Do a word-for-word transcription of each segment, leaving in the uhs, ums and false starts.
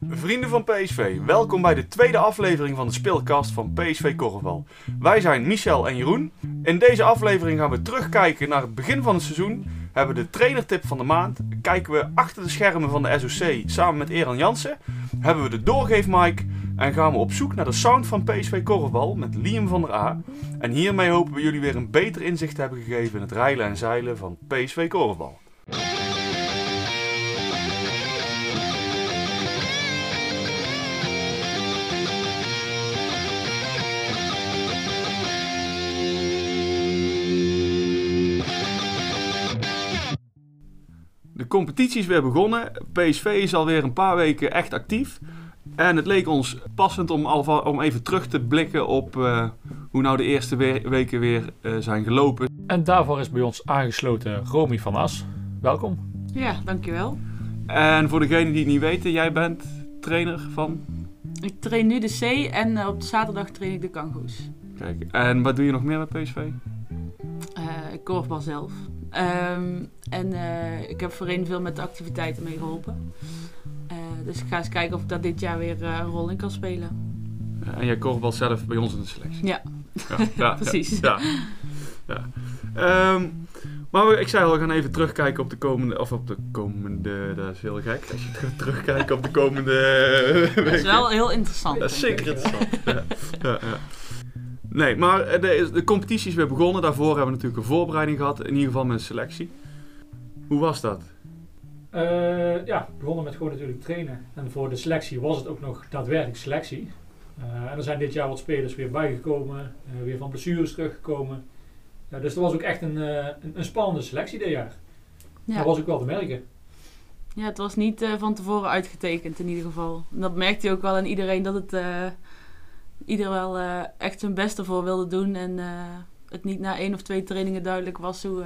Vrienden van P S V, welkom bij de tweede aflevering van de speelkast van P S V Korfbal. Wij zijn Michel en Jeroen. In deze aflevering gaan we terugkijken naar het begin van het seizoen, hebben de trainertip van de maand, kijken we achter de schermen van de S O C samen met Eran Jansen, hebben we de doorgeefmic en gaan we op zoek naar de sound van P S V Korfbal met Liam van der A. En hiermee hopen we jullie weer een beter inzicht te hebben gegeven in het reilen en zeilen van P S V Korfbal. De competitie is weer begonnen. P S V is alweer een paar weken echt actief. En het leek ons passend om, alva, om even terug te blikken op uh, hoe nou de eerste we- weken weer uh, zijn gelopen. En daarvoor is bij ons aangesloten Romy van As. Welkom. Ja, dankjewel. En voor degenen die het niet weten, jij bent trainer van? Ik train nu de C en uh, op de zaterdag train ik de Kangoes. Kijk, en wat doe je nog meer met P S V? Uh, ik korfbal zelf. Um, en uh, ik heb voorheen veel met de activiteiten mee geholpen. Uh, dus ik ga eens kijken of ik dat dit jaar weer uh, een rol in kan spelen. Ja, en jij korfbal zelf bij ons in de selectie? Ja, ja, ja precies. Ja, ja. ja. Um, maar we, ik zei al, we gaan even terugkijken op de komende... Of op de komende... Dat is heel gek. Als je gaat terugkijken op de komende... Dat is wel heel interessant. Dat is zeker interessant. ja, ja, ja. Nee, maar de, de competitie is weer begonnen. Daarvoor hebben we natuurlijk een voorbereiding gehad. In ieder geval met een selectie. Hoe was dat? Uh, ja, we begonnen met gewoon natuurlijk trainen. En voor de selectie was het ook nog daadwerkelijk selectie. Uh, en er zijn dit jaar wat spelers weer bijgekomen. Uh, weer van blessures teruggekomen. Uh, dus dat was ook echt een, uh, een, een spannende selectie dit jaar. Ja. Dat was ook wel te merken. Ja, het was niet uh, van tevoren uitgetekend in ieder geval. En dat merkte je ook wel aan iedereen dat het... Uh, ieder wel uh, echt zijn beste voor wilde doen. En uh, het niet na één of twee trainingen duidelijk was hoe, uh,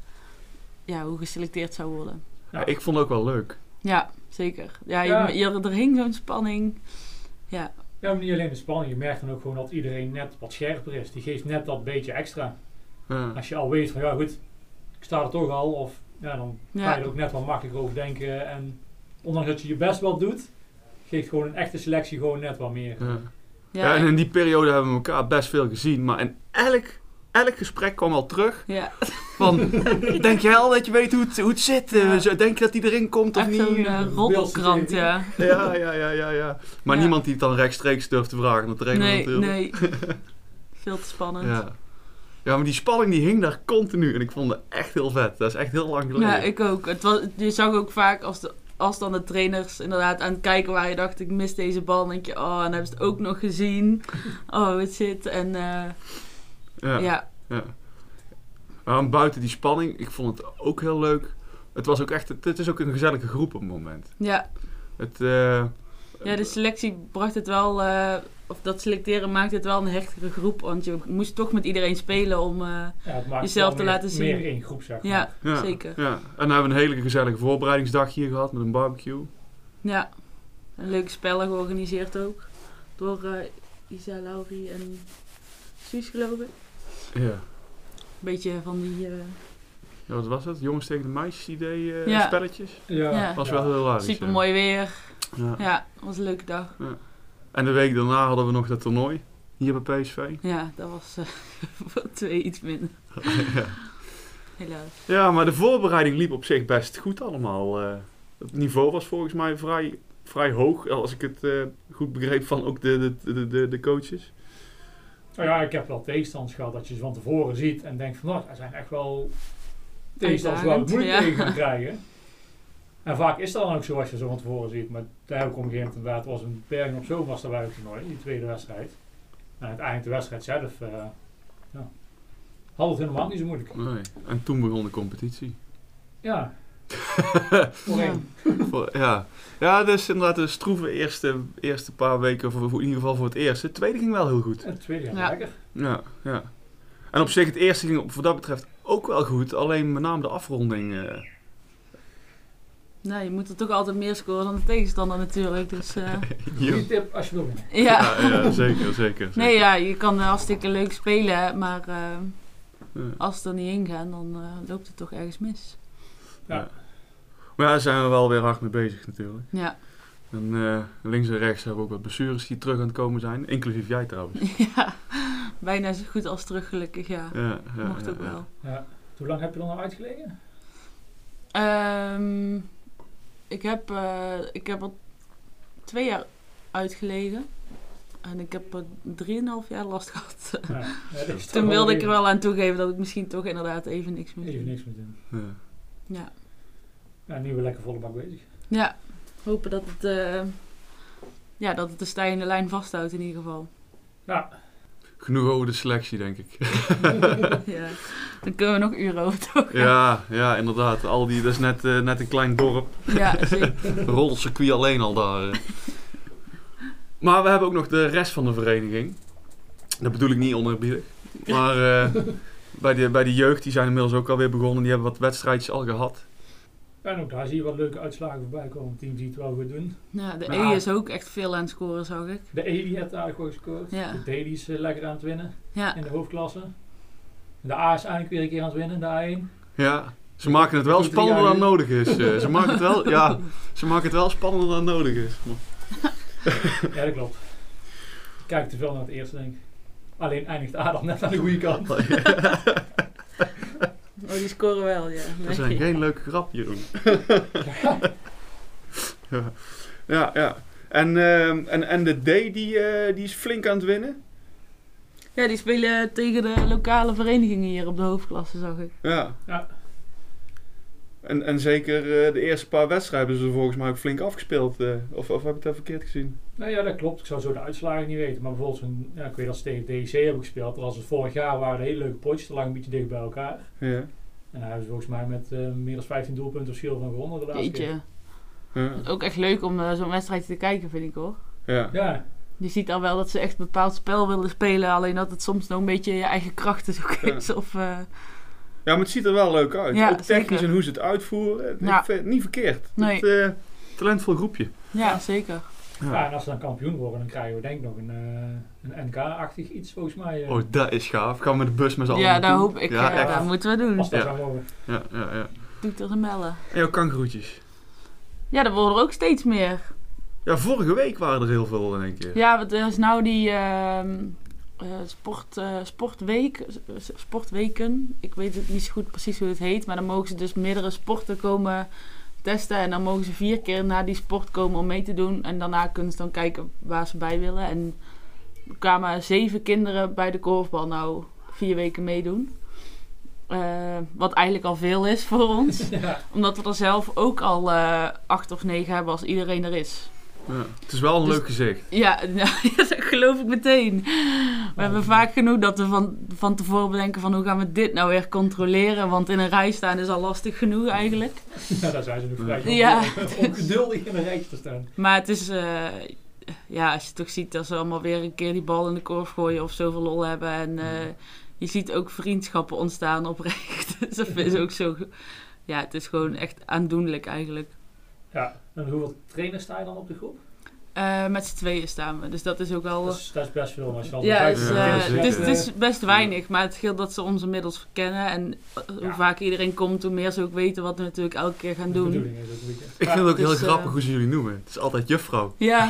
ja, hoe geselecteerd zou worden. Ja, ik vond het ook wel leuk. Ja, zeker. Ja, ja. Je, je, er hing zo'n spanning. Ja. Ja, maar niet alleen de spanning. Je merkt dan ook gewoon dat iedereen net wat scherper is. Die geeft net dat beetje extra. Ja. Als je al weet van ja goed, ik sta er toch al. Of ja, dan Ja. ga je er ook net wat makkelijker over denken. En ondanks dat je je best wel doet, geeft gewoon een echte selectie gewoon net wat meer. Ja. Ja, Ja, en in die periode hebben we elkaar best veel gezien. Maar in elk, elk gesprek kwam al terug. Ja. Van, denk jij al dat je weet hoe het, hoe het zit? Ja. Uh, denk je dat hij erin komt of echt niet? zo'n uh, roddelkrant, ja. Ja, ja, ja, ja, ja. Maar Ja. niemand die het dan rechtstreeks durft te vragen. Dat trainer Nee, natuurlijk. nee. Veel te spannend. Ja. Ja, maar die spanning die hing daar continu. En ik vond het echt heel vet. Dat is echt heel lang geleden. Ja, ik ook. Het was, je zag ook vaak als, de, als dan de trainers inderdaad aan het kijken waren. Je dacht, ik mis deze bal. Dan denk je, oh, en dan hebben ze het ook nog gezien. Oh, hoe het zit. En uh, ja. ja. ja. Maar buiten die spanning, ik vond het ook heel leuk. Het was ook echt, het, het is ook een gezellige groep op het moment. Ja. Het, uh, Ja, de selectie bracht het wel, uh, of dat selecteren maakte het wel een hechtere groep. Want je moest toch met iedereen spelen om uh, Ja, het maakt jezelf te meer, laten zien. Meer één groep, zeg maar. Ja, ja, zeker. Ja. En dan hebben we een hele gezellige voorbereidingsdag hier gehad met een barbecue. Ja, een leuke spellen georganiseerd ook. Door uh, Isa, Laurie en Suus, geloof ik. Ja. Beetje van die... Uh, Ja, wat was het? Jongens tegen de meisjes idee uh, Ja. spelletjes? Ja. Ja. Was wel heel aardig. super ja. mooi weer. Ja. Ja, was een leuke dag. Ja. En de week daarna hadden we nog dat toernooi hier bij P S V. Ja, dat was uh, voor twee iets minder. ja. Helaas. ja, maar de voorbereiding liep op zich best goed allemaal. Uh, het niveau was volgens mij vrij, vrij hoog, als ik het uh, goed begreep van ook de, de, de, de, de coaches. Nou ja, ik heb wel tegenstanders gehad dat je ze van tevoren ziet en denkt van nou, er zijn echt wel tegenstanders waar we het moeilijk ja. tegen gaan krijgen. En vaak is dat dan ook zo als je ze van tevoren ziet. Maar daar heb ik op een gegeven moment inderdaad, was een Bergen op Zoom was daarbij ook toernooi, die tweede wedstrijd. En uiteindelijk de wedstrijd zelf, uh, ja, had het helemaal niet zo moeilijk. Nee. En toen begon de competitie. Ja. Ja. Voor, ja. ja, dus inderdaad de stroeve eerste, eerste paar weken, voor, voor in ieder geval voor het eerste. Het tweede ging wel heel goed. En het tweede jaar Ja. lekker. Ja, ja. En op zich het eerste ging voor dat betreft ook wel goed. Alleen met name de afronding. Uh, Nou, je moet er toch altijd meer scoren dan de tegenstander natuurlijk. Dus, uh, Goeie tip als je wil winnen. ja. ja, ja, zeker, zeker. zeker. Nee, ja, je kan uh, hartstikke leuk spelen, maar uh, Ja. als ze er niet in gaan, dan uh, loopt het toch ergens mis. Ja. Maar ja, daar zijn we wel weer hard mee bezig natuurlijk. Ja. En uh, links en rechts hebben we ook wat blessures die terug aan het komen zijn. Inclusief jij trouwens. Ja, bijna zo goed als terug gelukkig, ja. ja, ja Mocht ja, ook ja. wel. Ja. Hoe lang heb je er nou uitgelegen? Um, ik, heb, uh, ik heb al twee jaar uitgelegen. En ik heb er drieënhalf jaar last gehad. Ja, ja, toen wilde ik er wel aan toegeven dat ik misschien toch inderdaad even niks moet doen. Even niks moet doen. Ja. Ja. Ja, nu weer lekker volle bak bezig. Ja, hopen dat het, uh, ja, dat het de stijgende lijn vasthoudt in ieder geval. Ja. Genoeg over de selectie, denk ik. Ja, dan kunnen we nog uren over toch? Ja, ja, inderdaad. Al die, dat is net, uh, net een klein dorp. Ja, zeker. Rolcircuit alleen al daar. Uh. Maar we hebben ook nog de rest van de vereniging. Dat bedoel ik niet oneerbiedig. Maar uh, bij, de, bij de jeugd, die zijn inmiddels ook alweer begonnen. Die hebben wat wedstrijdjes al gehad. Ja, en ook daar zie je wat leuke uitslagen voorbij komen. Het team die het wel goed doen. Ja, de Maar, E is ook echt veel aan het scoren, zag ik. De E die heeft aardig goed gescoord. Ja. De D die is uh, lekker aan het winnen. Ja. In de hoofdklasse. De A is eigenlijk weer een keer aan het winnen, de A één. Ja, ze maken het wel spannender dan nodig is. Uh, ze, maken het wel, ja, ze maken het wel spannender dan nodig is. Ja, dat klopt. Ik kijk te veel naar het eerste, denk ik. Alleen eindigt A dan net aan de goede kant. Oh, die scoren wel, ja. Nee. Dat zijn geen leuke grap, Jeroen. ja, ja. ja. En, uh, en, en de D, die, uh, die is flink aan het winnen? Ja, die spelen tegen de lokale verenigingen hier op de hoofdklasse, zag ik. Ja. Ja. En, en zeker uh, de eerste paar wedstrijden hebben ze volgens mij ook flink afgespeeld. Uh, of, of heb ik dat verkeerd gezien? Nou ja, dat klopt. Ik zou zo de uitslagen niet weten. Maar bijvoorbeeld, een, ja, ik weet dat ze tegen D I C hebben gespeeld. Dat was het vorig jaar waren hele leuke potjes. Te lang een beetje dicht bij elkaar. Ja. En daar hebben ze volgens mij met uh, meer dan vijftien doelpunten verschil van gewonnen. De laatste keer. Ja. Ook echt leuk om uh, zo'n wedstrijd te kijken, vind ik hoor. Ja. Ja. Je ziet al wel dat ze echt een bepaald spel willen spelen. Alleen dat het soms nog een beetje je eigen krachten zoeken is. Ja. Of, uh... ja, maar het ziet er wel leuk uit. Ja, ook technisch zeker. En hoe ze het uitvoeren. Ja. Ik vind het niet verkeerd. Nee. Het uh, talentvol groepje. Ja, zeker. Ja. Ja, en als ze dan kampioen worden, dan krijgen we denk ik nog een, uh, een N K-achtig iets volgens mij. Uh. Oh, dat is gaaf. Gaan we met de bus met z'n allen Ja, dat naartoe? hoop ik. Ja, Ja, dat moeten we doen. Als dat ja. zou mogen. Ja, ja, ja. Doet er een bellen. En jouw kangeroetjes? Ja, er worden er ook steeds meer. Ja, vorige week waren er heel veel in één keer. Ja, want er is nou die uh, uh, sport, uh, sportweek, uh, sportweken. Ik weet het niet zo goed precies hoe het heet. Maar dan mogen ze dus meerdere sporten komen testen. En dan mogen ze vier keer naar die sport komen om mee te doen. En daarna kunnen ze dan kijken waar ze bij willen. En er kwamen zeven kinderen bij de korfbal nou vier weken meedoen. Uh, wat eigenlijk al veel is voor ons. Ja. Omdat we er zelf ook al uh, acht of negen hebben als iedereen er is. Ja, het is wel een Dus, leuk gezicht. Ja, ja, dat geloof ik meteen. We oh. hebben vaak genoeg dat we van, van tevoren bedenken van hoe gaan we dit nou weer controleren. Want in een rij staan is al lastig genoeg eigenlijk. Ja, daar zijn ze nu vrij ja. ongeduldig in een rijtje te staan. Maar het is, uh, ja, als je toch ziet dat ze allemaal weer een keer die bal in de korf gooien of zoveel lol hebben. En uh, je ziet ook vriendschappen ontstaan oprecht. Dus dat is ook zo, ja, het is gewoon echt aandoenlijk eigenlijk. Ja, en hoeveel trainers sta je dan op de groep? Uh, met z'n tweeën staan we, dus dat is ook al... Dat is, dat is best veel. Als je al ja, vijf, is, ja, uh, zeker. het, is, het is best weinig, maar het scheelt dat ze ons inmiddels verkennen. En hoe ja. vaker iedereen komt, hoe meer ze ook weten wat we natuurlijk elke keer gaan doen. De bedoeling is ook weekend. Ik vind het ook dus, heel uh, grappig hoe ze jullie noemen. Het is altijd juffrouw. Ja.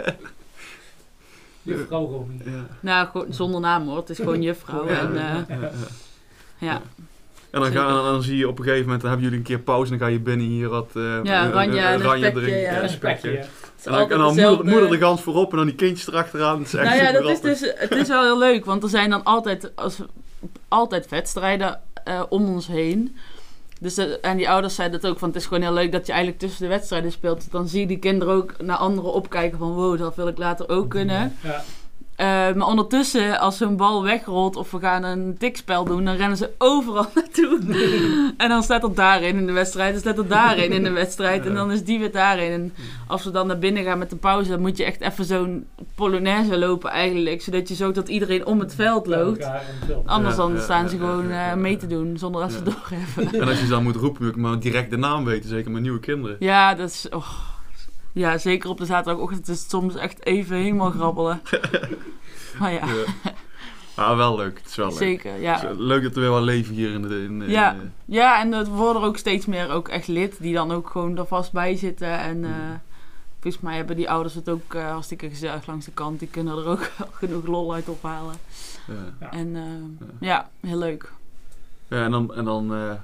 Juffrouw Romy. Ja. Nou, gewoon zonder naam hoor, het is gewoon juffrouw. Ja, en, uh, ja, ja, ja. ja. En dan, gaan, dan zie je op een gegeven moment, dan hebben jullie een keer pauze en dan ga je binnen hier wat uh, Ja, ranja en een spekje, drinken. ja. Ja, Een spekje. Ja. En dan, en dan dezelfde... moeder, moeder de gans voorop en dan die kindjes erachteraan. Dat is echt Nou ja, super dat is grappig. dus, het is wel heel leuk, want er zijn dan altijd, als, altijd wedstrijden uh, om ons heen. Dus de, en die ouders zeiden dat ook, want het is gewoon heel leuk dat je eigenlijk tussen de wedstrijden speelt. Dan zie je die kinderen ook naar anderen opkijken van wow, dat wil ik later ook kunnen. Ja. Uh, maar ondertussen, als zo'n bal wegrolt of we gaan een tikspel doen, dan rennen ze overal naartoe. En dan staat er daarin in de wedstrijd, dan staat er daarin in de wedstrijd en dan is die weer daarin. En als we dan naar binnen gaan met de pauze, dan moet je echt even zo'n polonaise lopen eigenlijk, zodat je zo dat iedereen om het veld loopt. Anders dan Ja, ja, staan ja, ze ja, gewoon ja, ja, uh, mee te doen, zonder dat ja. ze het doorhebben. En als je ze dan moet roepen, moet ik maar direct de naam weten, zeker met nieuwe kinderen. Ja, dat is... Oh. Ja, zeker op de zaterdagochtend is het soms echt even helemaal grabbelen. Maar ja. Ja. Ah, wel leuk. Het is wel leuk. Zeker, ja. Het is leuk dat er weer wat leven hier in de... In, Ja. in, Ja, en er worden ook steeds meer ook echt lid die dan ook gewoon er vast bij zitten. En uh, volgens mij hebben die ouders het ook uh, hartstikke gezellig langs de kant. Die kunnen er ook genoeg lol uit ophalen. Ja. Ja. En uh, ja. ja, heel leuk. Ja, en dan, en dan uh,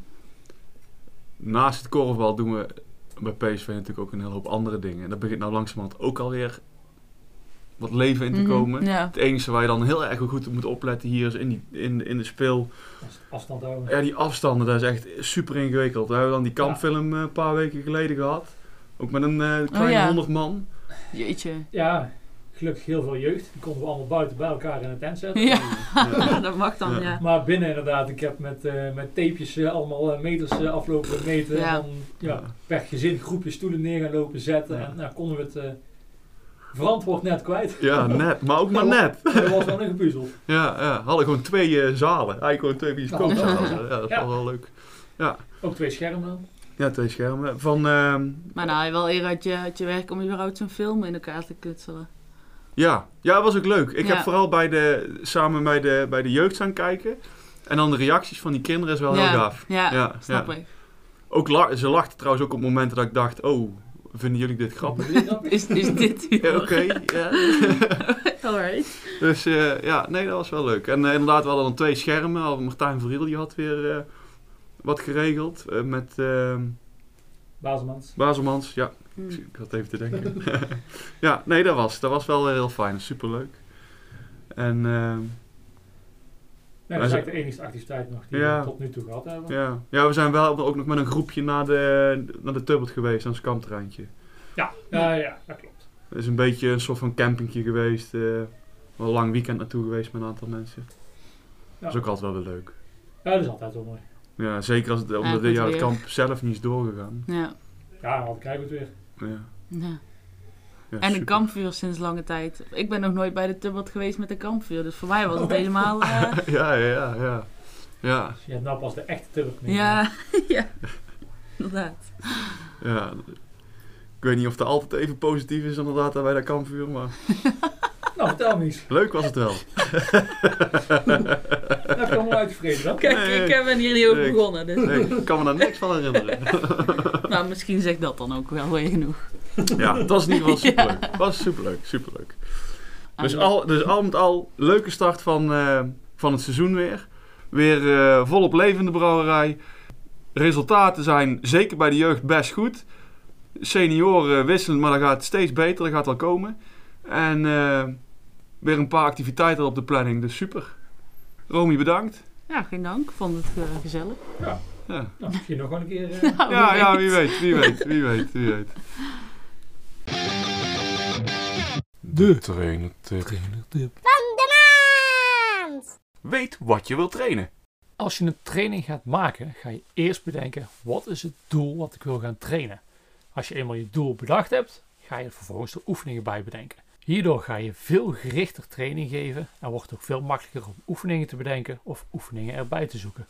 naast het korfbal doen we bij P S V natuurlijk ook een hele hoop andere dingen. En daar begint nou langzamerhand ook alweer wat leven in te mm-hmm, komen. Ja. Het enige waar je dan heel erg goed op moet opletten hier is in, die, in, in de speel. Afstand houden. Ja, die afstanden, dat is echt super ingewikkeld. We hebben dan die kampfilm uh, een paar weken geleden gehad. Ook met een uh, kleine oh, ja. honderd man. Jeetje. Ja, gelukkig heel veel jeugd. Die konden we allemaal buiten bij elkaar in een tent zetten. Ja, ja. Dat mag dan, ja. ja. Maar binnen inderdaad, ik heb met, uh, met tapejes uh, allemaal uh, meters uh, aflopen meten. Ja. En dan ja, ja. per gezin groepje stoelen neer gaan lopen zetten. Ja. En nou, konden we het uh, verantwoord net kwijt. Ja, net. Maar ook maar net. Dat was wel een gepuzzel. Ja, ja. Hadden gewoon twee uh, zalen. Eigenlijk gewoon twee bioscoopzalen. Ja, dat is ja. wel, wel leuk. Ja. Ook twee schermen. Ja, twee schermen. Van, uh, maar nou, je wel eer uit je, uit je werk om überhaupt zo'n film in elkaar te kutselen. Ja, ja, dat was ook leuk. Ik ja. heb vooral bij de, samen bij de, bij de jeugd gaan kijken. En dan de reacties van die kinderen is wel ja. heel gaaf. Ja, ja snap ja. ik. Ook la- ze lachten trouwens ook op momenten dat ik dacht, oh, vinden jullie dit grappig? is, is dit ja, oké, okay, ja. Alright. Dus uh, ja, nee, dat was wel leuk. En uh, inderdaad, we hadden dan twee schermen. Martijn Vriel, die had weer uh, wat geregeld. Uh, met... Uh, Baselmans. Baselmans, ja. Hmm. Ik had even te denken. ja, nee, dat was, dat was wel heel fijn. Superleuk. En... Uh, ja, dat is eigenlijk de enige activiteit nog die ja, we tot nu toe gehad hebben. Ja, ja, we zijn wel ook nog met een groepje naar de, naar de Tubbert geweest, aan het kampterreintje. Ja, ja, ja, dat klopt. Het is een beetje een soort van campingje geweest. Uh, wel een lang weekend naartoe geweest met een aantal mensen. Ja. Dat is ook altijd wel weer leuk. Ja, dat is altijd wel mooi. Ja, zeker als het, omdat ja, dit jaar het kamp zelf niet is doorgegaan. Ja. Ja, dan krijgen we het weer. Ja. ja. Ja, en een kampvuur sinds lange tijd. Ik ben nog nooit bij de Tubbert geweest met een kampvuur. Dus voor mij was het helemaal... Uh... ja, ja, ja, ja. Dus je hebt nou pas de echte Tubbert mee. Ja, ja. Inderdaad. Ja. Ik weet niet of het altijd even positief is inderdaad bij dat kampvuur, maar... nou, vertel me eens. Leuk was het wel. Dat kan me uitvreden dan. Kijk, nee, ik ben hier niet over nee, begonnen. Dus. Nee, ik kan me daar niks van herinneren. nou, misschien zegt dat dan ook wel weer genoeg. Ja, het was in ieder geval superleuk. Het was superleuk, superleuk. Dus al, dus al met al, leuke start van, uh, van het seizoen weer. Weer uh, volop levende brouwerij. Resultaten zijn zeker bij de jeugd best goed. Senioren wisselend, maar dat gaat steeds beter. Dat gaat wel komen. En uh, weer een paar activiteiten op de planning, dus super. Romy, bedankt. Ja, geen dank. Ik vond het uh, gezellig. Ja. Ja. Nou, misschien nog wel een keer... Uh... nou, ja, wie ja, weet. wie weet, wie weet, wie weet, wie weet. De trainertip. Trainertip van de maand! Weet wat je wilt trainen. Als je een training gaat maken, ga je eerst bedenken, wat is het doel wat ik wil gaan trainen? Als je eenmaal je doel bedacht hebt, ga je er vervolgens de oefeningen bij bedenken. Hierdoor ga je veel gerichter training geven en wordt het ook veel makkelijker om oefeningen te bedenken of oefeningen erbij te zoeken.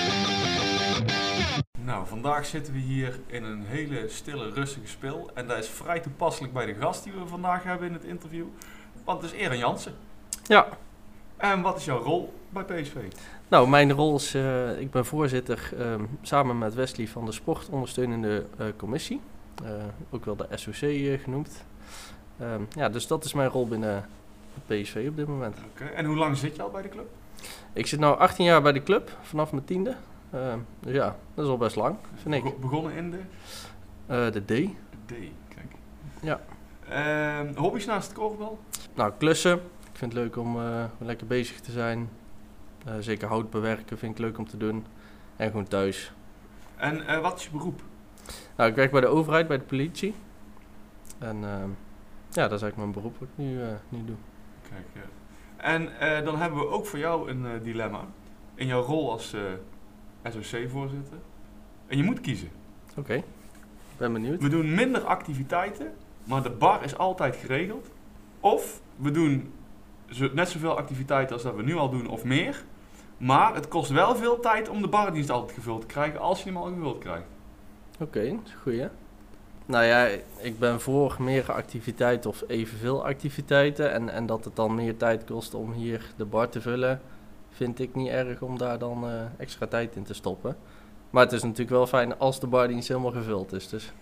Nou, vandaag zitten we hier in een hele stille, rustige spil. En dat is vrij toepasselijk bij de gast die we vandaag hebben in het interview. Want het is Eren Jansen. Ja. En wat is jouw rol bij P S V? Nou, mijn rol is, uh, ik ben voorzitter uh, samen met Wesley van de Sportondersteunende uh, Commissie. Uh, ook wel de S O C uh, genoemd. Uh, ja, dus dat is mijn rol binnen P S V op dit moment. Oké, okay. En hoe lang zit je al bij de club? Ik zit nu achttien jaar bij de club, vanaf mijn tiende. Uh, dus ja, dat is al best lang, vind ik. Be- begonnen in de? Uh, de D. De D, kijk. Ja. Uh, hobby's naast het korfbal? Nou, klussen. Ik vind het leuk om uh, lekker bezig te zijn. Uh, zeker hout bewerken vind ik leuk om te doen. En gewoon thuis. En uh, wat is je beroep? Nou, ik werk bij de overheid, bij de politie. En uh, ja, dat is eigenlijk mijn beroep wat ik nu, uh, nu doe. Kijk, ja. En uh, dan hebben we ook voor jou een uh, dilemma. In jouw rol als uh, S O C-voorzitter. En je moet kiezen. Oké, okay. Ben benieuwd. We doen minder activiteiten, maar de bar is altijd geregeld. Of we doen zo, net zoveel activiteiten als dat we nu al doen of meer. Maar het kost wel veel tijd om de bardienst altijd gevuld te krijgen als je hem al gevuld krijgt. Oké, okay, dat is goed, hè? Nou ja, ik ben voor meer activiteiten of evenveel activiteiten. En, en dat het dan meer tijd kost om hier de bar te vullen, vind ik niet erg om daar dan uh, extra tijd in te stoppen. Maar het is natuurlijk wel fijn als de bardienst helemaal gevuld is. Dus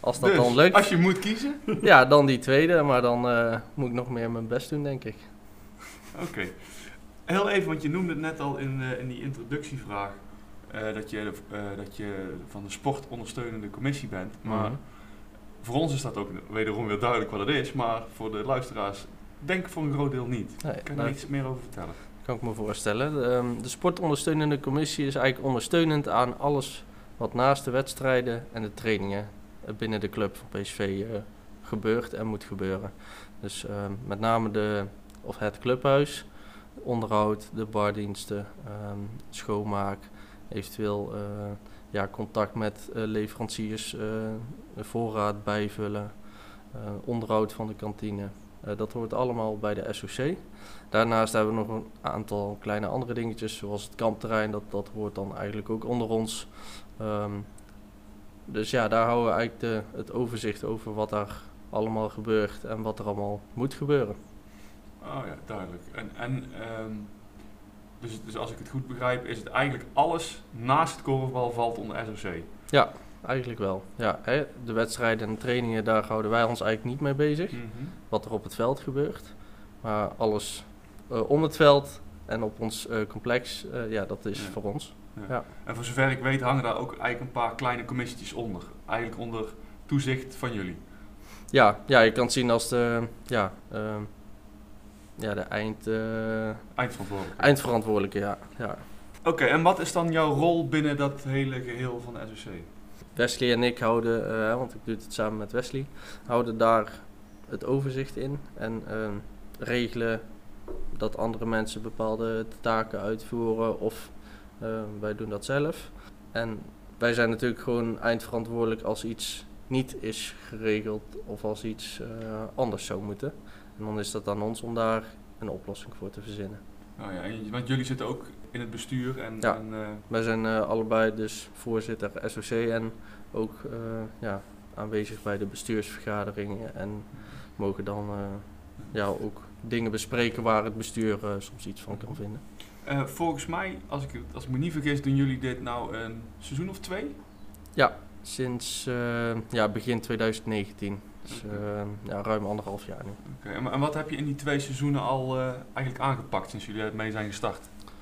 als dat Dus, dan lukt, als je moet kiezen? ja, dan die tweede. Maar dan uh, moet ik nog meer mijn best doen, denk ik. Oké. Okay. Heel even, want je noemde het net al in, uh, in die introductievraag. Uh, dat, je, uh, dat je van de sportondersteunende commissie bent. Maar mm-hmm. voor ons is dat ook wederom weer duidelijk wat het is. Maar voor de luisteraars denk ik voor een groot deel niet. Nee, kan je nou, er iets meer over vertellen? Kan ik me voorstellen. De, um, de sportondersteunende commissie is eigenlijk ondersteunend aan alles wat naast de wedstrijden en de trainingen binnen de club van P S V uh, gebeurt en moet gebeuren. Dus uh, met name de, of het clubhuis, onderhoud, de bardiensten, um, schoonmaak, eventueel uh, ja, contact met uh, leveranciers, uh, de voorraad bijvullen, uh, onderhoud van de kantine. Uh, dat hoort allemaal bij de S O C. Daarnaast hebben we nog een aantal kleine andere dingetjes, zoals het kampterrein, dat, dat hoort dan eigenlijk ook onder ons. Um, dus ja, daar houden we eigenlijk de, het overzicht over wat daar allemaal gebeurt en wat er allemaal moet gebeuren. Oh ja, duidelijk. En, en um, dus, dus als ik het goed begrijp, is het eigenlijk alles naast het korfbal valt onder S O C? Ja, eigenlijk wel. Ja, hè, de wedstrijden en trainingen, daar houden wij ons eigenlijk niet mee bezig. Mm-hmm. Wat er op het veld gebeurt. Maar alles uh, om het veld en op ons uh, complex, uh, ja, dat is ja. voor ons. Ja. Ja. En voor zover ik weet hangen daar ook eigenlijk een paar kleine commissietjes onder. Eigenlijk onder toezicht van jullie. Ja, ja, je kan het zien als de, ja, uh, ja, de eind, uh, eindverantwoordelijke. Eindverantwoordelijke, ja. ja. Oké, okay, en wat is dan jouw rol binnen dat hele geheel van de S O C? Wesley en ik houden, uh, want ik doe het samen met Wesley, houden daar het overzicht in en uh, regelen dat andere mensen bepaalde taken uitvoeren of uh, wij doen dat zelf. En wij zijn natuurlijk gewoon eindverantwoordelijk als iets niet is geregeld of als iets uh, anders zou moeten. En dan is dat aan ons om daar een oplossing voor te verzinnen. Oh ja, want jullie zitten ook in het bestuur en... Ja, en, uh... wij zijn uh, allebei dus voorzitter S O C en ook uh, ja, aanwezig bij de bestuursvergaderingen en mogen dan uh, ja, ook dingen bespreken waar het bestuur uh, soms iets van kan vinden. Uh, volgens mij, als ik, als ik me niet vergis, doen jullie dit nou een seizoen of twee? Ja, sinds uh, ja, begin twintig negentien. Dus uh, ja, ruim anderhalf jaar nu. Okay, en, en wat heb je in die twee seizoenen al uh, eigenlijk aangepakt sinds jullie ermee zijn gestart?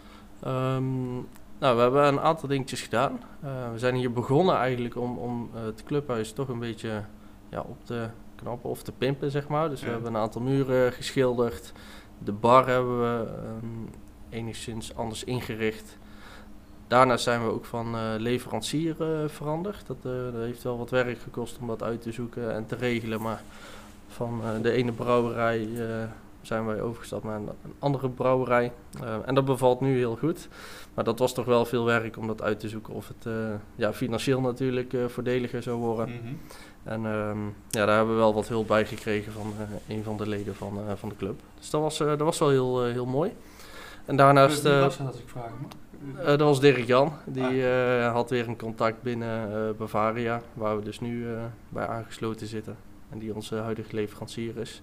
Um, nou, we hebben een aantal dingetjes gedaan. Uh, we zijn hier begonnen eigenlijk om, om uh, het clubhuis toch een beetje ja, op te knappen of te pimpen, zeg maar. Dus ja. we hebben een aantal muren geschilderd. De bar hebben we um, enigszins anders ingericht. Daarnaast zijn we ook van uh, leverancier uh, veranderd. Dat, uh, dat heeft wel wat werk gekost om dat uit te zoeken en te regelen. Maar van uh, de ene brouwerij uh, zijn wij overgestapt naar een, een andere brouwerij. Uh, en dat bevalt nu heel goed. Maar dat was toch wel veel werk om dat uit te zoeken of het uh, ja, financieel natuurlijk uh, voordeliger zou worden. Mm-hmm. En um, ja, daar hebben we wel wat hulp bij gekregen van uh, een van de leden van, uh, van de club. Dus dat was, uh, dat was wel heel, uh, heel mooi. En daarnaast... Wie was dat als ik vraag mag? Uh, dat was Dirk Jan. Die uh, had weer een contact binnen uh, Bavaria, waar we dus nu uh, bij aangesloten zitten. En die onze huidige leverancier is.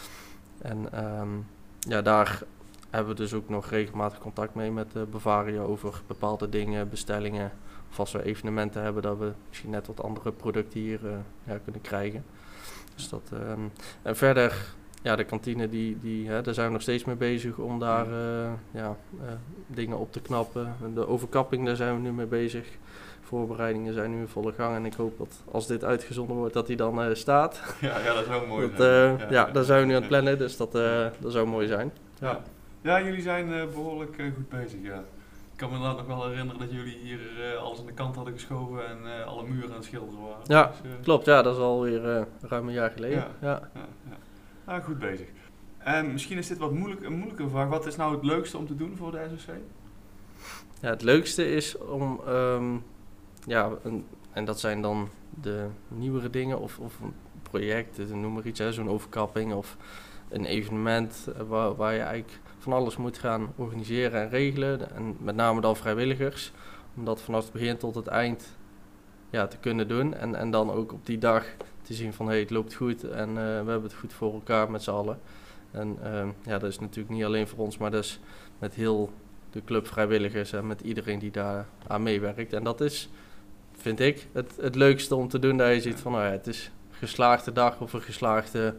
En um, ja, daar hebben we dus ook nog regelmatig contact mee met uh, Bavaria over bepaalde dingen, bestellingen. Of als we evenementen hebben, dat we misschien net wat andere producten hier uh, ja, kunnen krijgen. Dus dat, um, en verder... Ja, de kantine, die, die, hè, daar zijn we nog steeds mee bezig om daar uh, ja, uh, dingen op te knappen. De overkapping, daar zijn we nu mee bezig. Voorbereidingen zijn nu in volle gang en ik hoop dat als dit uitgezonden wordt, dat die dan uh, staat. Ja, ja, dat zou mooi dat, zijn. Uh, ja, ja, daar zijn we nu aan het plannen, dus dat, uh, dat zou mooi zijn. Ja, ja jullie zijn uh, behoorlijk uh, goed bezig, ja. Ik kan me inderdaad nog wel herinneren dat jullie hier uh, alles aan de kant hadden geschoven en uh, alle muren aan het schilderen waren. Ja, dus, uh, klopt. Ja, dat is alweer uh, ruim een jaar geleden. Ja, ja, ja, ja. Ah, goed bezig. En misschien is dit wat moeilijk, een moeilijke vraag. Wat is nou het leukste om te doen voor de S O C? Ja, het leukste is om, um, ja, een, en dat zijn dan de nieuwere dingen of, of een project, noem maar iets, hè, zo'n overkapping of een evenement waar, waar je eigenlijk van alles moet gaan organiseren en regelen. En met name dan vrijwilligers, om dat vanaf het begin tot het eind ja, te kunnen doen. En, en dan ook op die dag te zien van, hé, hey, het loopt goed en uh, we hebben het goed voor elkaar met z'n allen. En uh, ja, dat is natuurlijk niet alleen voor ons, maar dat is met heel de club vrijwilligers en met iedereen die daar aan meewerkt. En dat is vind ik, het, het leukste om te doen. Dat je ziet van, nou ja, het is een geslaagde dag of een geslaagde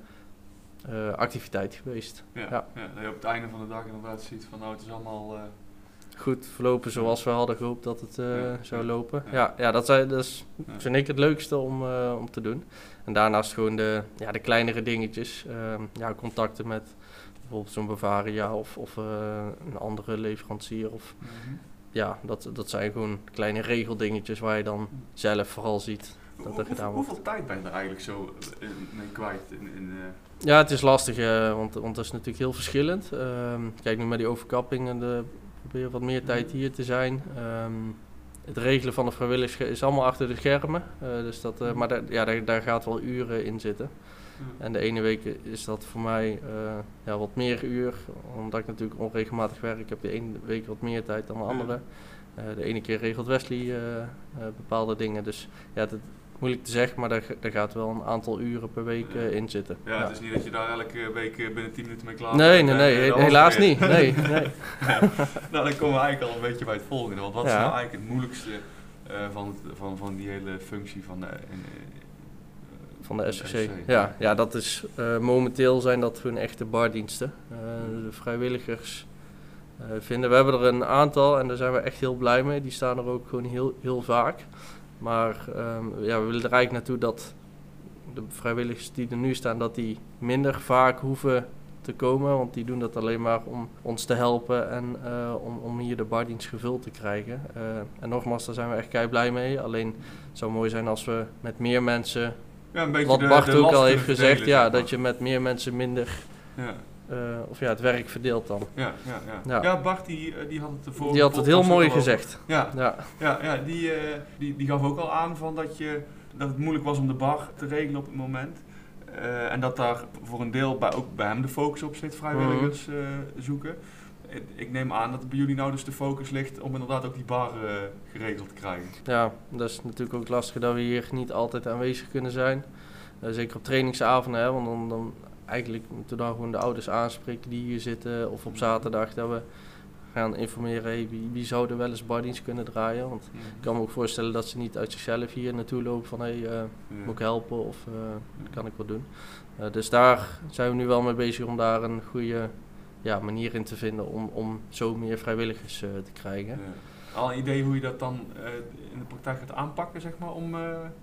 uh, activiteit geweest. Ja, ja. ja, dat je op het einde van de dag inderdaad ziet van, nou, het is allemaal... Uh... goed verlopen zoals we hadden gehoopt dat het uh, ja, zou lopen. Ja, ja, ja dat, zijn, dat is, ja. vind ik het leukste om, uh, om te doen. En daarnaast gewoon de, ja, de kleinere dingetjes. Uh, ja, contacten met bijvoorbeeld zo'n Bavaria of, of uh, een andere leverancier. Of, mm-hmm. Ja, dat, dat zijn gewoon kleine regeldingetjes waar je dan zelf vooral ziet dat er gedaan wordt. Hoeveel tijd ben je er eigenlijk zo mee kwijt? In, in, uh... Ja, het is lastig, uh, want, want dat is natuurlijk heel verschillend. Uh, kijk nu met die overkappingen, de probeer wat meer tijd hier te zijn. Um, het regelen van de vrijwilligers is allemaal achter de schermen. Uh, dus dat, uh, maar daar, ja, daar, daar gaat wel uren in zitten. En de ene week is dat voor mij uh, ja, wat meer uur, omdat ik natuurlijk onregelmatig werk. Ik heb de ene week wat meer tijd dan de andere. Uh, de ene keer regelt Wesley uh, uh, bepaalde dingen. Dus ja, dat is moeilijk te zeggen, maar daar, daar gaat wel een aantal uren per week uh, in zitten. Ja, ja, het is niet dat je daar elke week binnen tien minuten mee klaar Nee, bent. nee, nee, he- helaas niet. Nee, nee. Ja, nou, dan komen we eigenlijk al een beetje bij het volgende. Want wat ja. is nou eigenlijk het moeilijkste uh, van, het, van, van die hele functie van de... In, uh, Van de S O C. Ja, ja, dat is uh, momenteel zijn dat gewoon echte bardiensten. Uh, de vrijwilligers uh, vinden, we hebben er een aantal en daar zijn we echt heel blij mee. Die staan er ook gewoon heel, heel vaak. Maar um, ja, we willen er eigenlijk naartoe dat de vrijwilligers die er nu staan, dat die minder vaak hoeven te komen. Want die doen dat alleen maar om ons te helpen en uh, om, om hier de bardienst gevuld te krijgen. Uh, en nogmaals, daar zijn we echt kei blij mee. Alleen het zou mooi zijn als we met meer mensen... Ja, een beetje wat de, Bart de ook al heeft gezegd, verdelen, ja, zeg maar. dat je met meer mensen minder, ja. Uh, of ja, het werk verdeelt dan. Ja, ja, ja. ja. ja Bart die, die had het ervoor. Die had het heel mooi gezegd. Ja, ja. ja, ja die, uh, die, die gaf ook al aan van dat, je, dat het moeilijk was om de bar te regelen op het moment. Uh, en dat daar voor een deel bij, ook bij hem de focus op zit, vrijwilligers uh, zoeken. Ik neem aan dat het bij jullie nou dus de focus ligt om inderdaad ook die bar uh, geregeld te krijgen. Ja, dat is natuurlijk ook lastig dat we hier niet altijd aanwezig kunnen zijn. Uh, zeker op trainingsavonden, hè, want dan, dan eigenlijk moeten we dan gewoon de ouders aanspreken die hier zitten. Of op zaterdag dat we gaan informeren, hey, wie, wie zou er wel eens bardienst kunnen draaien. Want mm-hmm. ik kan me ook voorstellen dat ze niet uit zichzelf hier naartoe lopen van hé, hey, uh, ja. moet ik helpen of uh, dat kan ik wel doen. Uh, dus daar zijn we nu wel mee bezig om daar een goede... Ja, manier in te vinden om, om zo meer vrijwilligers uh, te krijgen. Ja. Al een idee hoe je dat dan uh, in de praktijk gaat aanpakken, zeg maar, om, uh,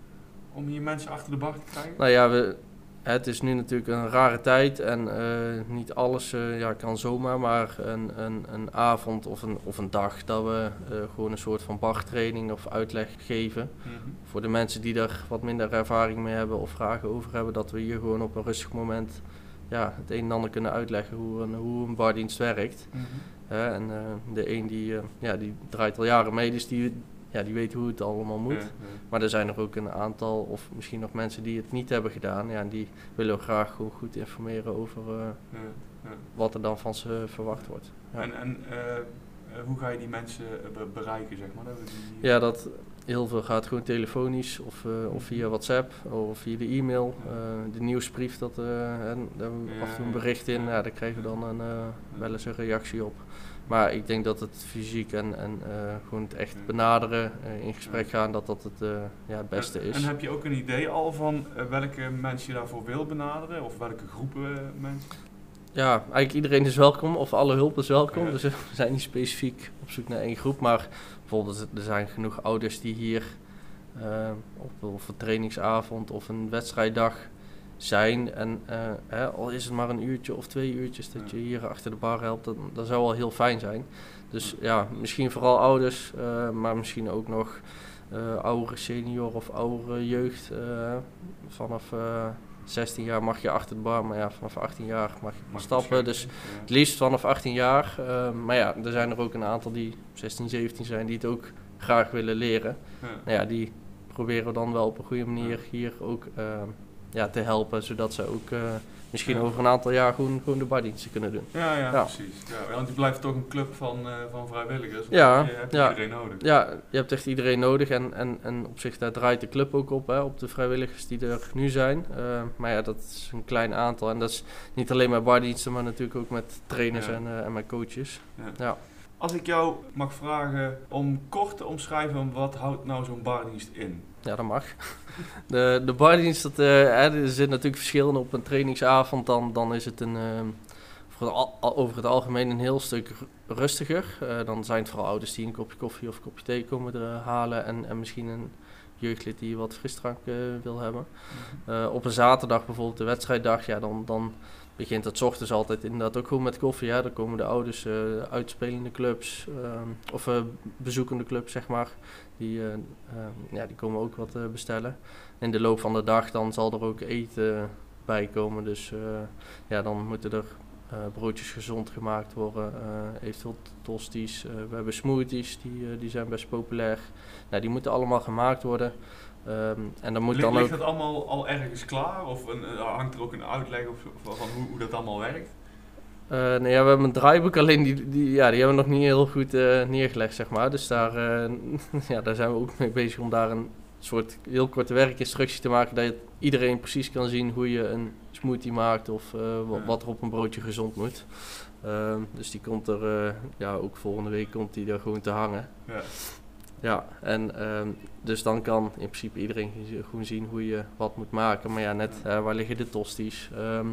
om hier mensen achter de bar te krijgen? Nou ja, we, het is nu natuurlijk een rare tijd en uh, niet alles uh, ja, kan zomaar, maar een, een, een avond of een, of een dag dat we uh, gewoon een soort van bartraining of uitleg geven. Mm-hmm. Voor de mensen die er wat minder ervaring mee hebben of vragen over hebben, dat we hier gewoon op een rustig moment... Ja, het een en ander kunnen uitleggen hoe een, hoe een bardienst werkt. Mm-hmm. Uh, en uh, de een die, uh, ja, die draait al jaren mee, dus die, ja, die weet hoe het allemaal moet. Ja, ja. Maar er zijn er ook een aantal, of misschien nog mensen die het niet hebben gedaan. Ja, en die willen we graag gewoon goed informeren over uh, ja, ja. wat er dan van ze verwacht wordt. Ja. En, en uh, hoe ga je die mensen be- bereiken, zeg maar? Dat die... Ja, dat... Heel veel gaat gewoon telefonisch of, uh, of via WhatsApp of via de e-mail. Uh, de nieuwsbrief, dat, uh, en, daar hebben we ja, af en toe een bericht in. Ja, daar krijgen we dan een, uh, wel eens een reactie op. Maar ik denk dat het fysiek en, en uh, gewoon het echt benaderen, uh, in gesprek gaan, dat dat het, uh, ja, het beste is. En, en heb je ook een idee al van uh, welke mensen je daarvoor wil benaderen? Of welke groepen uh, mensen? Ja, eigenlijk iedereen is welkom of alle hulp is welkom. Ja. Dus we zijn niet specifiek op zoek naar één groep. Maar bijvoorbeeld er zijn genoeg ouders die hier uh, op, op een trainingsavond of een wedstrijddag zijn. En uh, hè, al is het maar een uurtje of twee uurtjes dat je hier achter de bar helpt, dat, dat zou wel heel fijn zijn. Dus ja, misschien vooral ouders, uh, maar misschien ook nog uh, oudere senior of oudere jeugd uh, vanaf... Uh, zestien jaar mag je achter de bar, maar ja, vanaf achttien jaar mag je mag stappen. Dus ja. Het liefst vanaf achttien jaar. Uh, maar ja, er zijn er ook een aantal die zestien, zeventien zijn die het ook graag willen leren. Ja. Nou ja, die proberen we dan wel op een goede manier hier ook uh, ja, te helpen, zodat ze ook uh, misschien ja. over een aantal jaar gewoon, gewoon de bardiensten kunnen doen. Ja, ja, ja. precies. Ja, want je blijft toch een club van, uh, van vrijwilligers. Ja, je hebt ja, iedereen nodig. Ja, je hebt echt iedereen nodig en, en, en op zich daar draait de club ook op, hè, op de vrijwilligers die er nu zijn. Uh, maar ja, dat is een klein aantal en dat is niet alleen met bardiensten, maar natuurlijk ook met trainers ja. en, uh, en met coaches. Ja. Ja. Als ik jou mag vragen om kort te omschrijven, wat houdt nou zo'n bardienst in? Ja, dat mag. De, de bardienst, dat, uh, hè, er zit natuurlijk verschillen op een trainingsavond. Dan, dan is het een, uh, voor het al, over het algemeen een heel stuk rustiger. Uh, dan zijn het vooral ouders die een kopje koffie of een kopje thee komen er, uh, halen. En, en misschien een jeugdlid die wat frisdrank uh, wil hebben. Uh, op een zaterdag bijvoorbeeld, de wedstrijddag, ja, dan, dan begint het 's ochtends altijd inderdaad ook gewoon met koffie. Ja. Dan komen de ouders, uh, uitspelende clubs uh, of uh, bezoekende clubs, zeg maar. Die, uh, uh, ja, die komen ook wat uh, bestellen. In de loop van de dag dan zal er ook eten bij komen. Dus uh, ja, dan moeten er uh, broodjes gezond gemaakt worden. Uh, eventueel tosties. Uh, we hebben smoothies, die, uh, die zijn best populair. Nou, die moeten allemaal gemaakt worden. Um, en dan moet Ligt, dan ligt ook... dat allemaal al ergens klaar? Of een, uh, hangt er ook een uitleg of, of, van hoe, hoe dat allemaal werkt? Uh, nou ja, we hebben een draaiboek, alleen die, die, ja, die hebben we nog niet heel goed uh, neergelegd, zeg maar. Dus daar, uh, ja, daar zijn we ook mee bezig om daar een soort heel korte werkinstructie te maken. Dat iedereen precies kan zien hoe je een smoothie maakt of uh, w- wat er op een broodje gezond moet. Uh, dus die komt er, uh, ja, ook volgende week komt die er gewoon te hangen. Ja. Ja, en um, dus dan kan in principe iedereen gewoon zien hoe je wat moet maken. Maar ja, net uh, waar liggen de tosties? Um,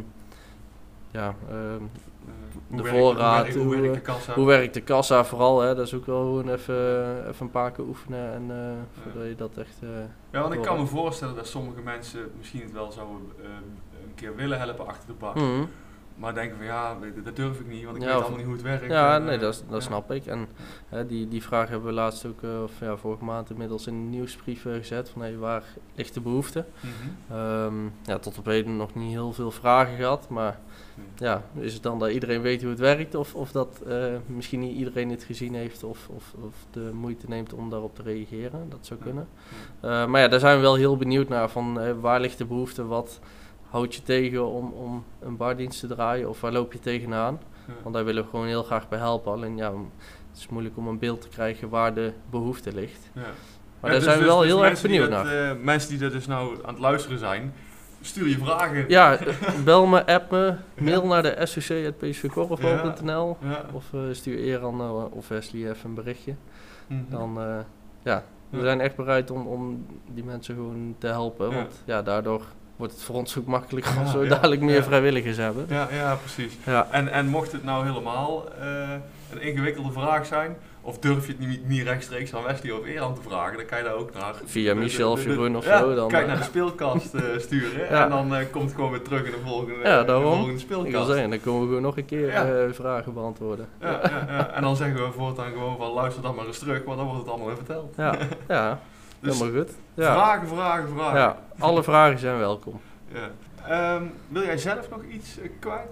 ja, um, Uh, de werkt, voorraad, hoe, werkt, hoe hoe, werkt de kassa? hoe werkt de kassa vooral, hè? Dat is ook wel gewoon even, even een paar keer oefenen en uh, voordat je dat echt... Uh, ja, want ik kan me doorhakt. voorstellen dat sommige mensen misschien het wel zouden uh, een keer willen helpen achter de bar. Mm. Maar denken van ja, dat durf ik niet, want ik Ja, weet of- allemaal niet hoe het werkt. Ja, En, nee, uh, dat, is- dat ja. snap ik. En hè, die, die vraag hebben we laatst ook, uh, of ja, vorige maand inmiddels in een nieuwsbrief uh, gezet. Van hey, waar ligt de behoefte? Mhm. Um, ja, tot op heden nog niet heel veel vragen gehad, maar Nee. ja, is het dan dat iedereen weet hoe het werkt of, of dat uh, misschien niet iedereen het gezien heeft of, of, of de moeite neemt om daarop te reageren? Dat zou kunnen. Uh, maar ja, daar zijn we wel heel benieuwd naar van uh, waar ligt de behoefte, wat houdt je tegen om, om een bardienst te draaien of waar loop je tegenaan? Ja. Want daar willen we gewoon heel graag bij helpen. Alleen ja, het is moeilijk om een beeld te krijgen waar de behoefte ligt. Ja. Maar Ja, daar dus- zijn we dus- wel dus heel erg mensen die benieuwd dat, naar. uh, mensen die er dus nou aan het luisteren zijn, stuur je vragen. Ja, bel me, app me, mail naar de s o c at p s v korfbal punt n l Ja. of uh, stuur Eran uh, of Wesley even een berichtje. Mhm. Dan, uh, ja, we Ja. zijn echt bereid om, om die mensen gewoon te helpen. Ja. Want ja, daardoor wordt het voor ons ook makkelijker Ja, als we ja, dadelijk meer ja. vrijwilligers hebben. Ja, ja, precies. Ja. En, en mocht het nou helemaal uh, een ingewikkelde vraag zijn, of durf je het niet, niet rechtstreeks aan Wesley of Eran te vragen, dan kan je daar ook naar... Via de- Michel de- of de- Jeroen of ja, zo. Dan, kijk uh, naar de speelkast uh, sturen Ja. en dan uh, komt het gewoon weer terug in de volgende, Ja, de daarom. volgende ik wil speelkast. zeggen, dan kunnen we gewoon nog een keer Ja. uh, vragen beantwoorden. Ja, ja, ja. En dan zeggen we voortaan gewoon van luister dan maar eens terug, want dan wordt het allemaal weer verteld. Ja, ja Dus helemaal goed. Ja. vragen, vragen, vragen. Ja, alle vragen zijn welkom. Ja. Um, wil jij zelf nog iets uh, kwijt?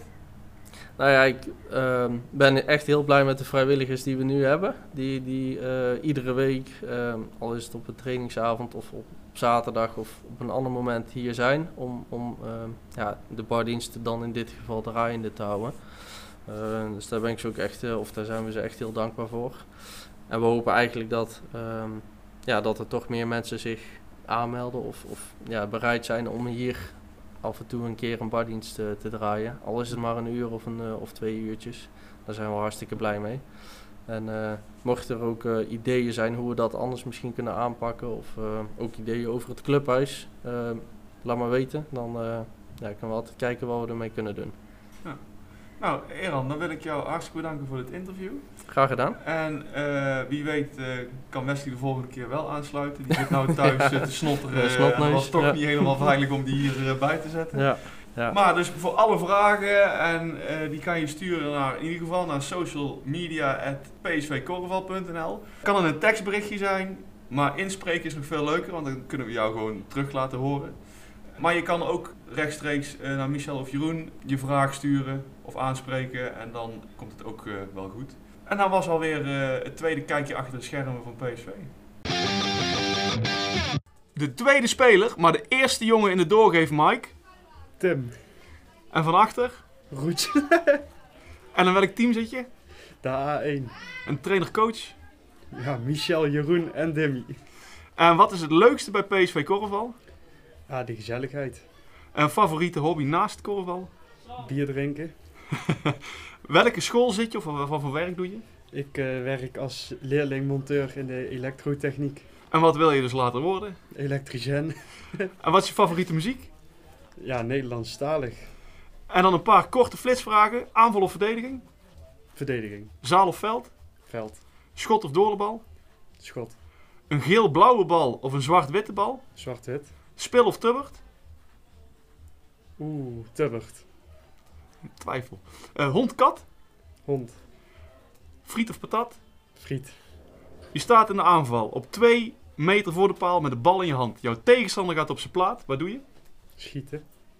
Nou ja, ik uh, ben echt heel blij met de vrijwilligers die we nu hebben. Die, die uh, iedere week, uh, al is het op een trainingsavond of op zaterdag of op een ander moment hier zijn. Om, om uh, ja, de bardiensten dan in dit geval draaiende te houden. Uh, dus daar ben ik ze ook echt, uh, of daar zijn we ze echt heel dankbaar voor. En we hopen eigenlijk dat, um, ja, dat er toch meer mensen zich aanmelden of, of ja, bereid zijn om hier af en toe een keer een bardienst te, te draaien. Al is het maar een uur of, een, uh, of twee uurtjes. Daar zijn we hartstikke blij mee. En uh, mochten er ook uh, ideeën zijn hoe we dat anders misschien kunnen aanpakken, of uh, ook ideeën over het clubhuis, uh, laat maar weten. Dan uh, ja, kunnen we altijd kijken wat we ermee kunnen doen. Ja. Nou, Eran, dan wil ik jou hartstikke bedanken voor dit interview. Graag gedaan. En uh, wie weet uh, kan Wesley de volgende keer wel aansluiten. Die zit nou thuis uh, te snotteren. Ja, snotneus, en het was toch ja. niet helemaal veilig om die hier uh, bij te zetten. Ja, ja. Maar dus voor alle vragen, en uh, die kan je sturen naar, in ieder geval naar social media at p s v korfbal punt n l. Kan het een tekstberichtje zijn, maar inspreken is nog veel leuker, want dan kunnen we jou gewoon terug laten horen. Maar je kan ook rechtstreeks uh, naar Michel of Jeroen je vraag sturen of aanspreken en dan komt het ook uh, wel goed. En dan was alweer uh, het tweede kijkje achter de schermen van P S V. De tweede speler, maar de eerste jongen in de doorgeef, Mike. Tim. En van achter? Roetje. En in welk team zit je? De A één. Een trainer-coach. Ja, Michel, Jeroen en Demi. En wat is het leukste bij P S V korfbal? Ja, de gezelligheid. Een favoriete hobby naast korfbal? Bier drinken. Welke school zit je of wat voor werk doe je? Ik uh, werk als leerling-monteur in de elektrotechniek. En wat wil je dus later worden? Elektricien. En wat is je favoriete muziek? Ja, Nederlandstalig. En dan een paar korte flitsvragen. Aanval of verdediging? Verdediging. Zaal of veld? Veld. Schot of doorlebal? Schot. Een geel-blauwe bal of een zwart-witte bal? Zwart-wit. Spil of tubbert? Oeh, tubbert. Twijfel. Uh, Hond-kat? Hond. Friet of patat? Friet. Je staat in de aanval op twee meter voor de paal met de bal in je hand. Jouw tegenstander gaat op zijn plaat. Wat doe je? Schieten.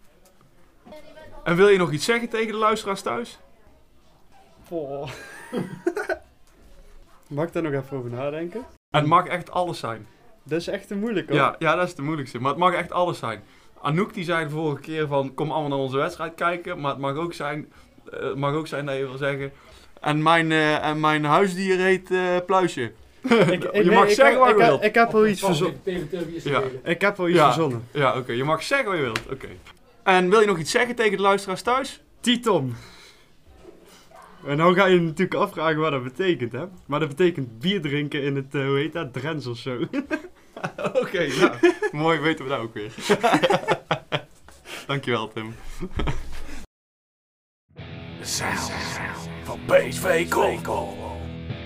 En wil je nog iets zeggen tegen de luisteraars thuis? Oh. Mag ik daar nog even over nadenken? En het mag echt alles zijn. Dat is echt te moeilijk hoor. Ja, ja, dat is de moeilijkste. Maar het mag echt alles zijn. Anouk die zei de vorige keer van kom allemaal naar onze wedstrijd kijken. Maar het mag ook zijn, uh, het mag ook zijn dat je wil zeggen. En mijn, uh, en mijn huisdier heet uh, Pluisje. Ik, ik, je nee, mag ik, zeggen ik, wat je ik, wilt. ik heb al iets verzonnen. Ja. Ik heb al iets Ja. verzonnen. Ja, oké. Okay. Je mag zeggen wat je wilt. Oké. Okay. En wil je nog iets zeggen tegen de luisteraars thuis? Titom. En nou ga je natuurlijk afvragen wat dat betekent, hè? Maar dat betekent bier drinken in het, uh, hoe heet dat, Drents of zo. Oké, okay, nou, mooi weten we dat ook weer. Dankjewel, Tim. De sound van P S V Korfbal.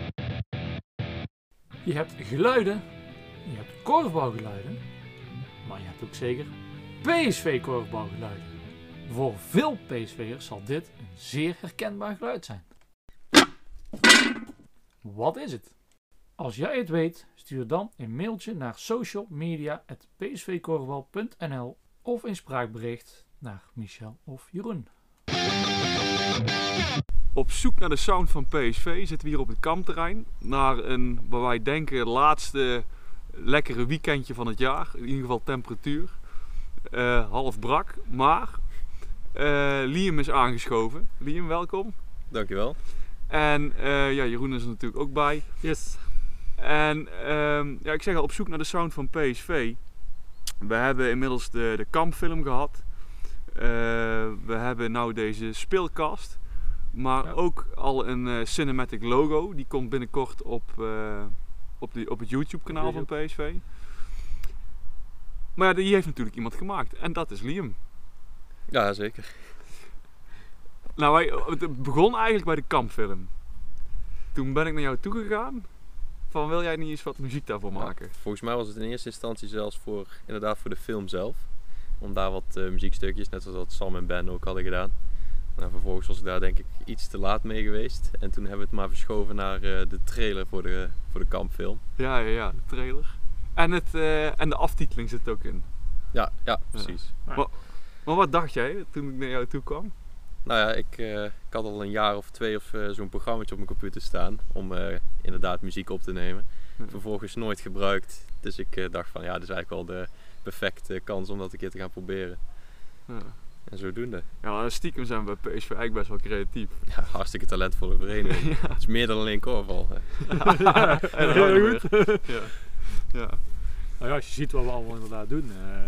Je hebt geluiden, je hebt korfbalgeluiden, maar je hebt ook zeker P S V korfbalgeluiden. Voor veel P S V'ers zal dit een zeer herkenbaar geluid zijn. Wat is het? Als jij het weet, stuur dan een mailtje naar socialmedia at p s v korfbal punt n l of een spraakbericht naar Michel of Jeroen. Op zoek naar de sound van P S V zitten we hier op het kampterrein. Naar een, waar wij denken, laatste lekkere weekendje van het jaar. In ieder geval temperatuur. Uh, half brak, maar uh, Liam is aangeschoven. Liam, welkom. Dankjewel. En uh, ja, Jeroen is er natuurlijk ook bij. Yes. En uh, ja, ik zeg al, op zoek naar de sound van P S V. We hebben inmiddels de, de kampfilm gehad. Uh, we hebben nou deze speelkast. Maar ja. ook al een uh, cinematic logo. Die komt binnenkort op, uh, op, die, op het YouTube kanaal van P S V. Maar ja, die heeft natuurlijk iemand gemaakt. En dat is Liam. Ja, zeker. Nou, wij, het begon eigenlijk bij de kampfilm. Toen ben ik naar jou toegegaan. Van, wil jij niet eens wat muziek daarvoor maken? Ja, volgens mij was het in eerste instantie zelfs voor, inderdaad voor de film zelf. Om daar wat uh, muziekstukjes, net zoals wat Sam en Ben ook hadden gedaan. En vervolgens was ik daar denk ik iets te laat mee geweest. En toen hebben we het maar verschoven naar uh, de trailer voor de, voor de kampfilm. Ja, ja, ja, de trailer. En, het, uh, en de aftiteling zit ook in. Ja, ja, precies. Ja. Maar, maar wat dacht jij toen ik naar jou toe kwam? Nou ja, ik, uh, ik had al een jaar of twee of uh, zo'n programmaatje op mijn computer staan om uh, inderdaad muziek op te nemen. Ja. Vervolgens nooit gebruikt, dus ik uh, dacht van ja, dit is eigenlijk wel de perfecte kans om dat een keer te gaan proberen. Ja. En zodoende. Ja, stiekem zijn we bij P S V eigenlijk best wel creatief. Ja, hartstikke talentvolle vereniging. Ja. Het is meer dan alleen korfbal. Ja, ja, heel goed. Ja. Ja. Nou ja, als je ziet wat we allemaal inderdaad doen, uh,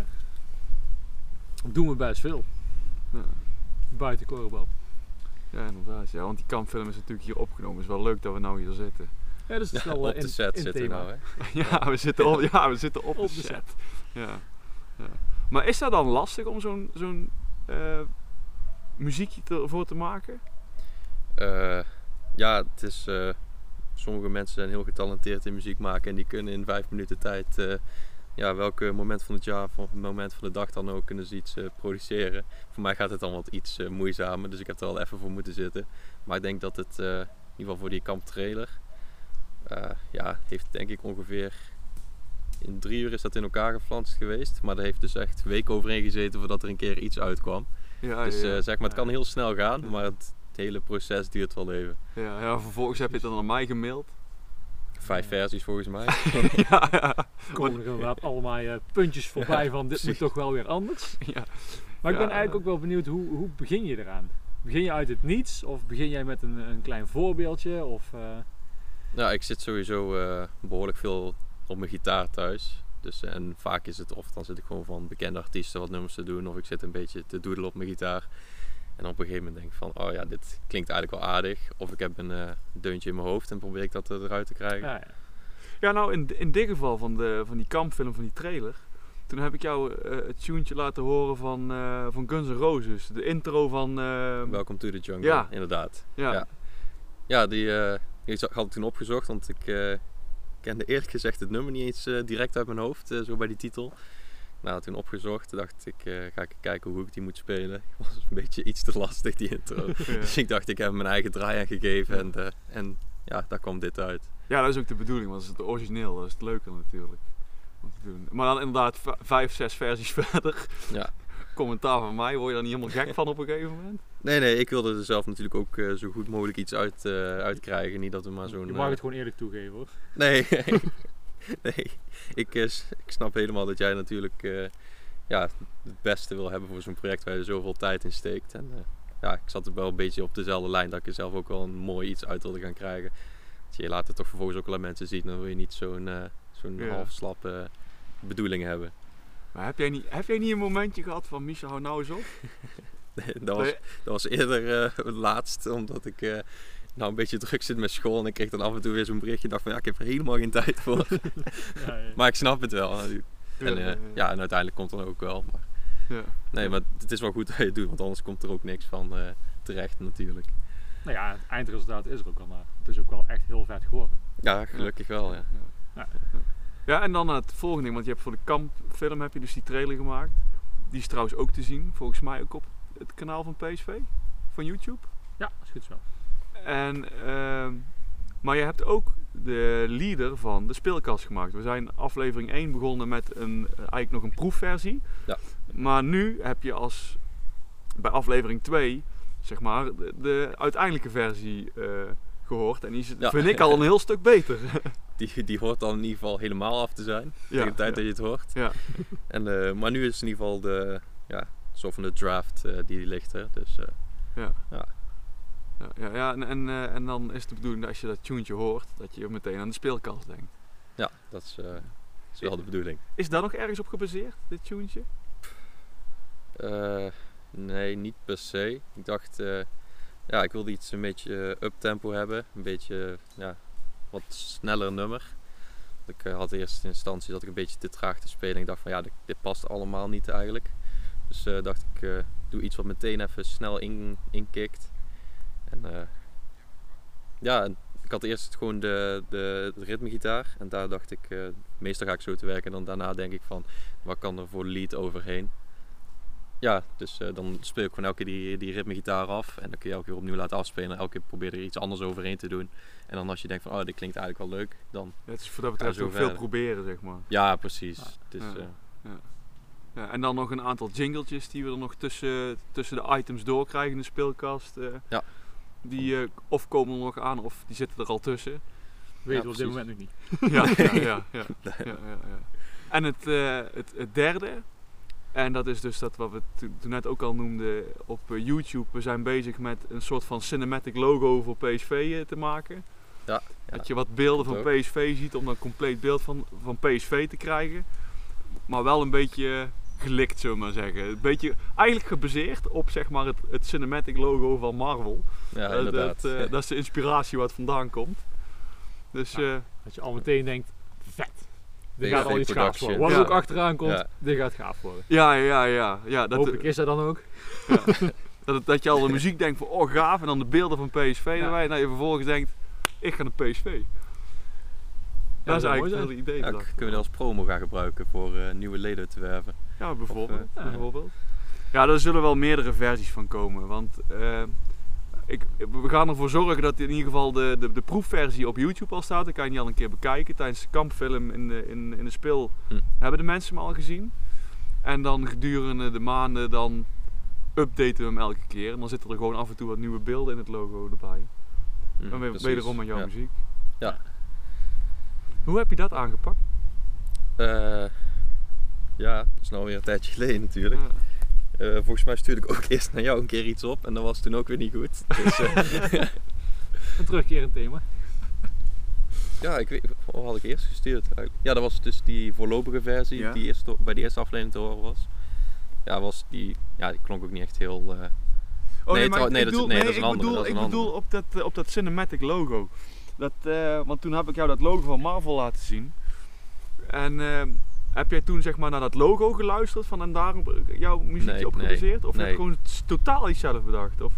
doen we best veel. Ja. Buiten korfbal. Ja, inderdaad. Ja, want die kampfilm is natuurlijk hier opgenomen. Het is wel leuk dat we nou hier zitten. Ja, dus het is ja, wel op in, de set in zitten we nou, hè? ja, we zitten op, ja, we zitten op, op de de set. set. Ja. Ja. Maar is dat dan lastig om zo'n zo'n uh, muziekje ervoor te maken? Uh, ja, het is... Uh, sommige mensen zijn heel getalenteerd in muziek maken en die kunnen in vijf minuten tijd... Uh, ja, welke moment van het jaar of moment van de dag dan ook kunnen ze iets uh, produceren. Voor mij gaat het dan wat iets uh, moeizamer, dus ik heb er al even voor moeten zitten. Maar ik denk dat het, uh, in ieder geval voor die kamptrailer, uh, ja, heeft denk ik ongeveer, in drie uur is dat in elkaar geflanst geweest. Maar er heeft dus echt weken overheen gezeten voordat er een keer iets uitkwam. Ja, dus uh, zeg maar, het kan heel snel gaan, maar het, het hele proces duurt wel even. Ja, ja, vervolgens heb je het dan aan mij gemaild. Vijf versies volgens mij. ja, ja. Komen er inderdaad allemaal uh, puntjes voorbij ja, van dit precies. Moet toch wel weer anders. Ja. Maar ik ja, ben eigenlijk ook wel benieuwd, hoe, hoe begin je eraan? Begin je uit het niets of begin jij met een, een klein voorbeeldje? Of, uh... Nou, ik zit sowieso uh, behoorlijk veel op mijn gitaar thuis. Dus, en vaak is het, of dan zit ik gewoon van bekende artiesten wat nummers te doen. Of ik zit een beetje te doedelen op mijn gitaar. En op een gegeven moment denk ik van, oh ja, dit klinkt eigenlijk wel aardig. Of ik heb een uh, deuntje in mijn hoofd en probeer ik dat eruit te krijgen. Ja, ja. Ja, nou in, in dit geval van, de, van die kampfilm, van die trailer. Toen heb ik jou uh, het tuentje laten horen van, uh, van Guns N' Roses. De intro van... Uh, Welcome to the Jungle, ja. inderdaad. Ja, ja. ja die, uh, die had ik toen opgezocht, want ik uh, kende eerlijk gezegd het nummer niet eens uh, direct uit mijn hoofd, uh, zo bij die titel. Nou, toen opgezocht, dacht ik, uh, ga ik kijken hoe ik die moet spelen. Het was een beetje iets te lastig, die intro. Ja. Dus ik dacht, ik heb hem mijn eigen draai aan gegeven en, uh, en ja, daar kwam dit uit. Ja, dat is ook de bedoeling, want dat is het origineel, dat is het leuke natuurlijk. Om te doen. Maar dan inderdaad v- vijf, zes versies verder. Ja. Commentaar van mij, word je daar niet helemaal gek van op een gegeven moment? Nee, nee, ik wilde er zelf natuurlijk ook uh, zo goed mogelijk iets uit, uh, uitkrijgen. Niet dat we maar zo'n... Je mag uh... het gewoon eerlijk toegeven hoor. Nee, nee. Ik, uh, ik snap helemaal dat jij natuurlijk uh, ja, het beste wil hebben voor zo'n project waar je zoveel tijd in steekt. En uh, ja, ik zat er wel een beetje op dezelfde lijn dat ik er zelf ook wel een mooi iets uit wilde gaan krijgen. Dus je laat het toch vervolgens ook wel aan mensen zien, dan wil je niet zo'n, uh, zo'n ja. half slappe bedoeling hebben. Maar heb jij niet, heb jij niet een momentje gehad van Michel, hou nou eens op? Nee, dat, was, dat was eerder uh, het laatst, omdat ik uh, nou een beetje druk zit met school en ik kreeg dan af en toe weer zo'n berichtje. Ik dacht van ja, ik heb er helemaal geen tijd voor. Ja, ja. Maar ik snap het wel. En, uh, ja, ja. ja, en uiteindelijk komt het dan ook wel. Maar, ja. Nee, maar het is wel goed dat je het doet, want anders komt er ook niks van uh, terecht natuurlijk. Nou ja, het eindresultaat is er ook al naar. Het is ook wel echt heel vet geworden. Ja, gelukkig ja. wel, ja. Ja. Ja. Ja, en dan het volgende ding, want je hebt voor de kampfilm heb je dus die trailer gemaakt. Die is trouwens ook te zien, volgens mij ook op het kanaal van P S V, van YouTube. Ja, is goed zo. En, uh, maar je hebt ook de leader van de speelkast gemaakt. We zijn aflevering één begonnen met een, eigenlijk nog een proefversie. Ja. Maar nu heb je als bij aflevering twee, zeg maar, de, de uiteindelijke versie uh, gehoord. En die is, ja. vind ik al een heel stuk beter. Die, die hoort dan in ieder geval helemaal af te zijn. Ja, tegen de tijd ja. dat je het hoort. Ja. En, uh, maar nu is het in ieder geval de, ja, soort van de draft uh, die ligt er. Dus, uh, ja. Ja. Ja, ja, ja en, en, uh, en dan is de bedoeling dat als je dat tuentje hoort, dat je meteen aan de speelkast denkt. Ja, dat is, uh, is wel de bedoeling. Is daar nog ergens op gebaseerd, dit tuentje? Uh, nee, niet per se. Ik dacht, uh, ja, ik wilde iets een beetje uh, up-tempo hebben. Een beetje, ja, wat sneller nummer. Ik uh, had in eerste instantie dat ik een beetje te traag te spelen. En ik dacht van ja, dit, dit past allemaal niet eigenlijk. Dus uh, dacht ik, uh, doe iets wat meteen even snel in, inkikt. En uh, ja, ik had eerst gewoon de, de, de ritmegitaar. En daar dacht ik, uh, meestal ga ik zo te werken. En dan daarna denk ik van, wat kan er voor lead overheen? Ja, dus uh, dan speel ik gewoon elke keer die, die ritmegitaar af. En dan kun je elke keer opnieuw laten afspelen. Elke keer probeer er iets anders overheen te doen. En dan als je denkt van, oh, dit klinkt eigenlijk wel leuk. Dan ja, het is voor dat betreft ook veel proberen, zeg maar. Ja, precies. Ja. Het is, ja. Uh, ja. Ja, en dan nog een aantal jingletjes die we er nog tussen, tussen de items doorkrijgen in de speelkast. Uh, ja. Die uh, of komen er nog aan of die zitten er al tussen. Weet je ja, op dit moment nog niet. ja, ja, ja, ja. ja, ja, ja. En het, uh, het, het derde, en dat is dus dat wat we toen net ook al noemden op uh, YouTube. We zijn bezig met een soort van cinematic logo voor P S V uh, te maken. Ja, ja. Dat je wat beelden van P S V ziet om dan een compleet beeld van, van P S V te krijgen. Maar wel een beetje gelikt, zullen we maar zeggen. Een beetje eigenlijk gebaseerd op zeg maar, het, het cinematic logo van Marvel. Ja, uh, inderdaad. Dat, uh, dat is de inspiratie waar het vandaan komt. Dus, uh, ja, dat je al meteen denkt, vet. Dit gaat al iets gaafs worden. Wat ja. er ook achteraan komt, ja. dit gaat gaaf worden. Ja, ja, ja. ja dat, Hopelijk is dat dan ook. Ja. dat, dat je al de muziek denkt van, oh gaaf. En dan de beelden van P S V ja. erbij. En dat je vervolgens denkt, ik ga naar P S V. Ja, dat is dat eigenlijk het hele idee. Ja, kunnen we dat als promo gaan gebruiken voor uh, nieuwe leden te werven? Ja, bijvoorbeeld. Of, uh, bijvoorbeeld. Ja, daar zullen wel meerdere versies van komen. Want uh, ik, we gaan ervoor zorgen dat in ieder geval de, de, de proefversie op YouTube al staat. Dan kan je die al een keer bekijken. Tijdens de kampfilm in de, in, in de speel hm. hebben de mensen hem al gezien. En dan gedurende de maanden dan updaten we hem elke keer. En dan zitten er gewoon af en toe wat nieuwe beelden in het logo erbij. Hm, en weer, wederom met jouw ja. muziek. Ja. Hoe heb je dat aangepakt? Uh, ja, dat is nou weer een tijdje geleden natuurlijk. Ja. Uh, volgens mij stuurde ik ook eerst naar jou een keer iets op en dat was toen ook weer niet goed. Dus, uh, een terugkerend thema. Ja, ik weet, wat had ik eerst gestuurd eigenlijk? Ja, dat was dus die voorlopige versie ja. die eerst, bij de eerste aflevering te horen was. Ja, was die, ja, die klonk ook niet echt heel... Uh, Oh, Nee, maar trouw- ik- nee, ik dat- bedoel, nee, nee, dat is ik een andere, bedoel, dat is ik een bedoel op, dat, eh, op dat cinematic logo. Dat, eh, want toen heb ik jou dat logo van Marvel laten zien. En eh, heb jij toen zeg maar naar dat logo geluisterd van en daarom jouw muziekje Nee, op nee, gebaseerd? Of heb nee. je gewoon s- totaal iets zelf bedacht? Of?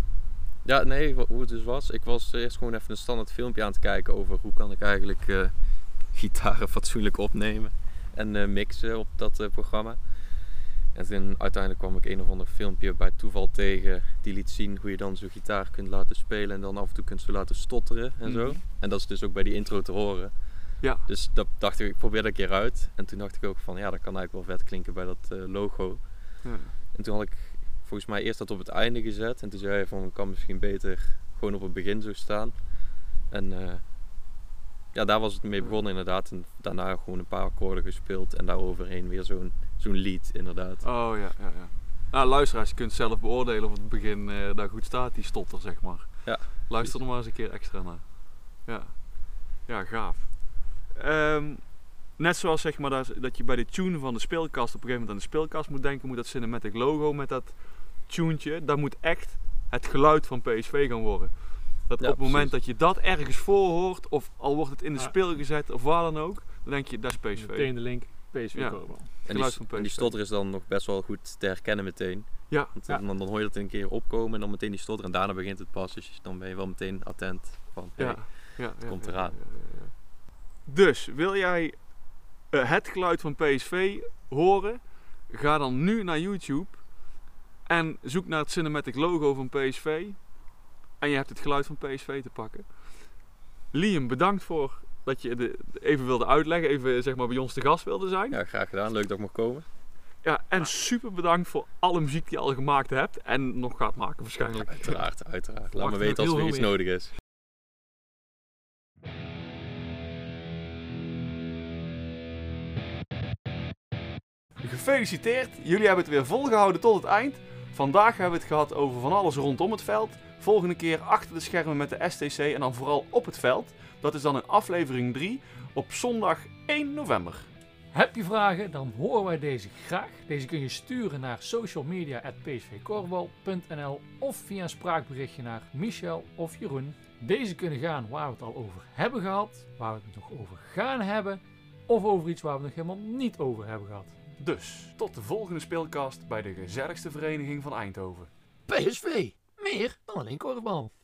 Ja, nee, wa- hoe het dus was. Ik was eerst gewoon even een standaard filmpje aan het kijken over hoe kan ik eigenlijk eh gitaren fatsoenlijk opnemen en eh, mixen op dat eh, programma. En toen uiteindelijk kwam ik een of ander filmpje bij toeval tegen die liet zien hoe je dan zo'n gitaar kunt laten spelen en dan af en toe kunt zo laten stotteren en zo. Mhm. En dat is dus ook bij die intro te horen. Ja. Dus dat dacht ik, ik probeer dat een keer uit. En toen dacht ik ook van ja, dat kan eigenlijk wel vet klinken bij dat eh, logo. Ja. En toen had ik volgens mij eerst dat op het einde gezet. En toen zei hij van, ik kan misschien beter gewoon op het begin zo staan. En uh, ja, daar was het mee begonnen inderdaad. En daarna gewoon een paar akkoorden gespeeld. En daaroverheen weer zo'n zo'n lied inderdaad. Oh ja, ja, ja. Nou, luisteraars, je kunt zelf beoordelen of het begin uh, daar goed staat, die stotter zeg maar. Ja. Luister er maar eens een keer extra naar. Ja, ja gaaf. Um, net zoals zeg maar dat, dat je bij de tune van de speelkast op een gegeven moment aan de speelkast moet denken, moet dat cinematic logo met dat tunetje, dat moet echt het geluid van P S V gaan worden. Dat Ja, op het moment precies. dat je dat ergens voor hoort, of al wordt het in de Ja. speel gezet of waar dan ook, dan denk je dat is P S V. Meteen de link P S V Ja. Korfbal. En die, geluid van P S V. en die stotter is dan nog best wel goed te herkennen meteen. Ja. Want Ja. dan, dan hoor je dat een keer opkomen en dan meteen die stotter. En daarna begint het pas. Dus dan ben je wel meteen attent van hey, Ja, ja, ja, komt ja, eraan. ja, ja, ja. Dus wil jij uh, het geluid van P S V horen? Ga dan nu naar YouTube en zoek naar het cinematic logo van P S V. En je hebt het geluid van P S V te pakken. Liam, bedankt voor dat je de, even wilde uitleggen, even zeg maar bij ons te gast wilde zijn. Ja, Ja, graag gedaan. Leuk dat ik mocht komen. en super bedankt voor alle muziek die je al gemaakt hebt en nog gaat maken waarschijnlijk. Uiteraard, uiteraard. Laat Wacht me nog weten als er heel iets veel nodig is. Gefeliciteerd, jullie hebben het weer volgehouden tot het eind. Vandaag hebben we het gehad over van alles rondom het veld. Volgende keer achter de schermen met de S T C en dan vooral op het veld. Dat is dan in aflevering drie op zondag één november. Heb je vragen, dan horen wij deze graag. Deze kun je sturen naar socialmedia at p s v korfbal punt n l of via een spraakberichtje naar Michel of Jeroen. Deze kunnen gaan waar we het al over hebben gehad, waar we het nog over gaan hebben, of over iets waar we het nog helemaal niet over hebben gehad. Dus, tot de volgende speelkast bij de gezelligste vereniging van Eindhoven. P S V, meer dan alleen korfbal.